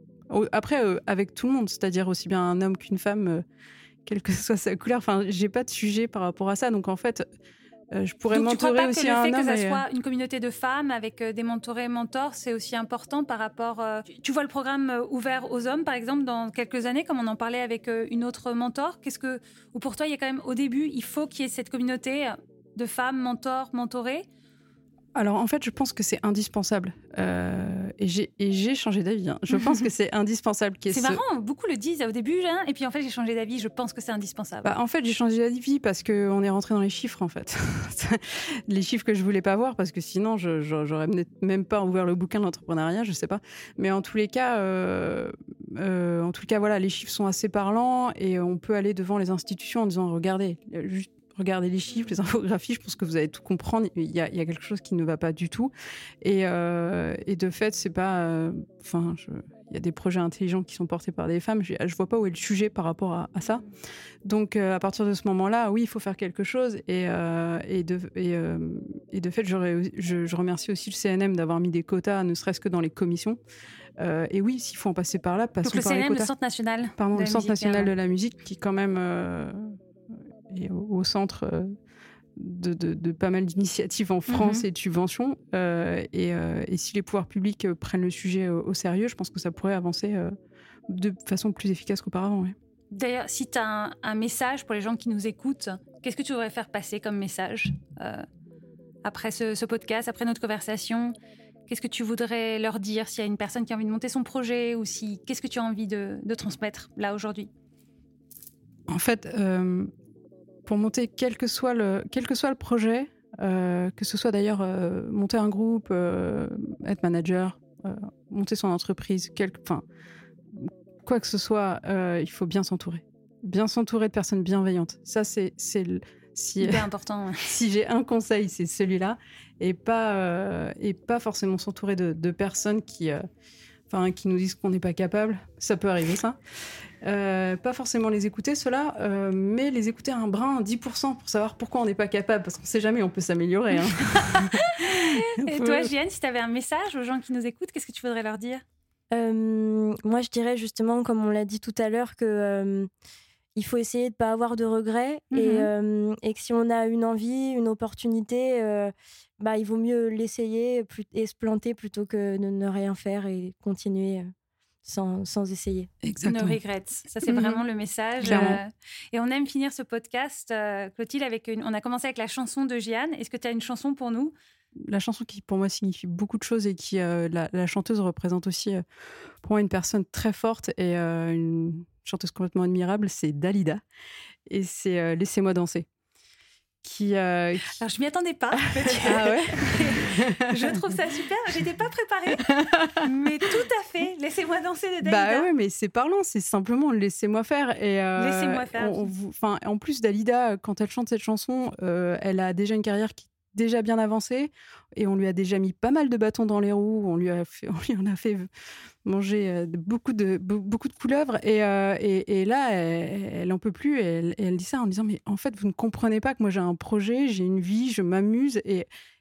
Après, euh, avec tout le monde, c'est-à-dire aussi bien un homme qu'une femme, euh, quelle que soit sa couleur. Enfin, j'ai pas de sujet par rapport à ça. Donc, en fait, euh, je pourrais donc, mentorer aussi à un homme. Tu crois pas que le fait que ça et... soit une communauté de femmes avec euh, des mentorés et mentors, c'est aussi important par rapport... Euh, tu, tu vois le programme euh, ouvert aux hommes, par exemple, dans quelques années, comme on en parlait avec euh, une autre mentor. Qu'est-ce que... Ou pour toi, il y a quand même, au début, il faut qu'il y ait cette communauté de femmes, mentors, mentorées? Alors, en fait, je pense que c'est indispensable. Euh, et, j'ai, et j'ai changé d'avis. Hein. Je pense que c'est indispensable. C'est ce... marrant, beaucoup le disent au début, hein, et puis en fait, j'ai changé d'avis. Je pense que c'est indispensable. Bah, en fait, j'ai changé d'avis parce qu'on est rentré dans les chiffres, en fait. Les chiffres que je voulais pas voir, parce que sinon, je, je, j'aurais même pas ouvert le bouquin de l'entrepreneuriat, je sais pas. Mais en tous les cas, euh, euh, en tous les cas, voilà, les chiffres sont assez parlants et on peut aller devant les institutions en disant, regardez, juste regardez les chiffres, les infographies, je pense que vous allez tout comprendre. Il y a, il y a quelque chose qui ne va pas du tout. Et, euh, et de fait, c'est pas... Enfin, euh, il y a des projets intelligents qui sont portés par des femmes. Je ne vois pas où est le sujet par rapport à, à ça. Donc, euh, à partir de ce moment-là, oui, il faut faire quelque chose. Et, euh, et, de, et, euh, et de fait, je, je remercie aussi le C N M d'avoir mis des quotas, ne serait-ce que dans les commissions. Euh, et oui, s'il faut en passer par là, passons Donc, le par C N M, les quotas. le Centre National Pardon, de le la Centre musique, National hein. de la Musique, qui quand même... Euh, et au, au centre de, de, de pas mal d'initiatives en France mm-hmm. et de subventions. Euh, et, euh, et si les pouvoirs publics prennent le sujet au, au sérieux, je pense que ça pourrait avancer euh, de façon plus efficace qu'auparavant. Ouais. D'ailleurs, si tu as un, un message pour les gens qui nous écoutent, qu'est-ce que tu voudrais faire passer comme message euh, après ce, ce podcast, après notre conversation? Qu'est-ce que tu voudrais leur dire s'il y a une personne qui a envie de monter son projet ou si, qu'est-ce que tu as envie de, de transmettre là aujourd'hui? En fait, euh, pour monter quel que soit le, quel que soit le projet, euh, que ce soit d'ailleurs euh, monter un groupe, euh, être manager, euh, monter son entreprise, quelque, enfin, quoi que ce soit, euh, il faut bien s'entourer. Bien s'entourer de personnes bienveillantes. Ça, c'est, c'est le, si, hyper important. Ouais. Si j'ai un conseil, c'est celui-là. Et pas, euh, et pas forcément s'entourer de, de personnes qui, euh, enfin, qui nous disent qu'on n'est pas capable. Ça peut arriver, ça. Euh, pas forcément les écouter, ceux-là, euh, mais les écouter un brin, dix pour cent, pour savoir pourquoi on n'est pas capable, parce qu'on ne sait jamais, on peut s'améliorer. Hein. Et toi, Gienne, si tu avais un message aux gens qui nous écoutent, qu'est-ce que tu voudrais leur dire? euh, Moi, je dirais justement, comme on l'a dit tout à l'heure, que euh, il faut essayer de ne pas avoir de regrets mm-hmm. et, euh, et que si on a une envie, une opportunité, euh, bah, il vaut mieux l'essayer et se planter plutôt que de ne rien faire et continuer euh, sans, sans essayer. Exactement. No regrets. Ça, c'est mm-hmm. vraiment le message. Euh, et on aime finir ce podcast, euh, Clotilde, avec une... on a commencé avec la chanson de Gienne. Est-ce que tu as une chanson pour nous? La chanson qui, pour moi, signifie beaucoup de choses et qui, euh, la, la chanteuse représente aussi, euh, pour moi, une personne très forte et euh, une chanteuse complètement admirable, c'est Dalida. Et c'est euh, Laissez-moi danser. Qui, euh, qui... Alors, je m'y attendais pas. Ah ouais. Je trouve ça super. J'étais pas préparée, mais tout à fait. Laissez-moi danser de Dalida. Bah ouais, mais c'est parlant. C'est simplement laissez-moi faire. Et euh, laissez-moi faire. On, on, enfin, en plus, Dalida, quand elle chante cette chanson, euh, elle a déjà une carrière qui déjà bien avancée et on lui a déjà mis pas mal de bâtons dans les roues. On lui a fait, on lui en a fait manger beaucoup de beaucoup de couleuvres et euh, et, et là elle, elle en peut plus et elle, et elle dit ça en disant mais en fait vous ne comprenez pas que moi j'ai un projet, j'ai une vie, je m'amuse et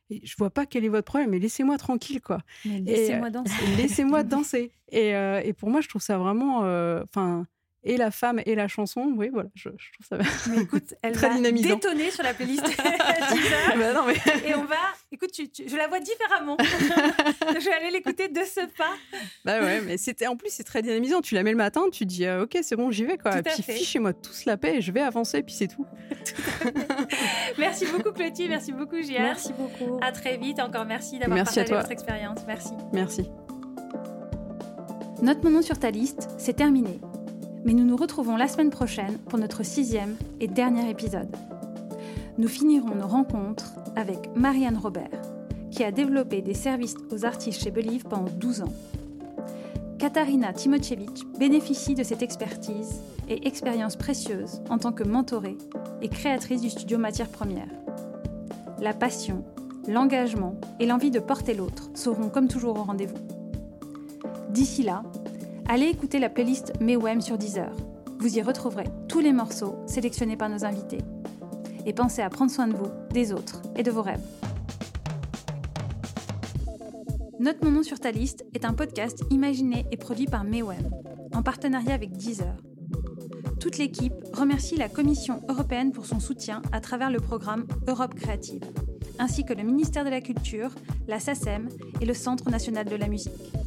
Et je vois pas quel est votre problème, mais laissez-moi tranquille, quoi. Mais laissez-moi et, danser. Laissez-moi danser. Et, euh, et pour moi, je trouve ça vraiment... Enfin... Euh, et la femme et la chanson, oui, voilà, je, je trouve ça mais écoute, elle très va dynamisant. détonner sur la playlist Deezer. Bah non, mais... Et on va, écoute, tu, tu, je la vois différemment. Je vais aller l'écouter de ce pas. Bah ouais, mais c'était, en plus, c'est très dynamisant. Tu la mets le matin, tu dis, euh, ok, c'est bon, j'y vais, quoi. Tout Et puis, fichez-moi tous la paix et je vais avancer, puis c'est tout. Merci beaucoup, Clotilde. Merci beaucoup, Gia. Merci beaucoup. À très vite. Encore merci d'avoir merci partagé votre expérience. Merci. Merci. Note mon nom sur ta liste, c'est terminé. Mais nous nous retrouvons la semaine prochaine pour notre sixième et dernier épisode. Nous finirons nos rencontres avec Marianne Robert, qui a développé des services aux artistes chez Believe pendant douze ans. Katarina Timochevich bénéficie de cette expertise et expérience précieuse en tant que mentorée et créatrice du studio Matière Première. La passion, l'engagement et l'envie de porter l'autre seront comme toujours au rendez-vous. D'ici là, allez écouter la playlist Mewem sur Deezer. Vous y retrouverez tous les morceaux sélectionnés par nos invités. Et pensez à prendre soin de vous, des autres et de vos rêves. Note mon nom sur ta liste est un podcast imaginé et produit par Mewem, en partenariat avec Deezer. Toute l'équipe remercie la Commission européenne pour son soutien à travers le programme Europe Créative, ainsi que le ministère de la Culture, la SACEM et le Centre national de la musique.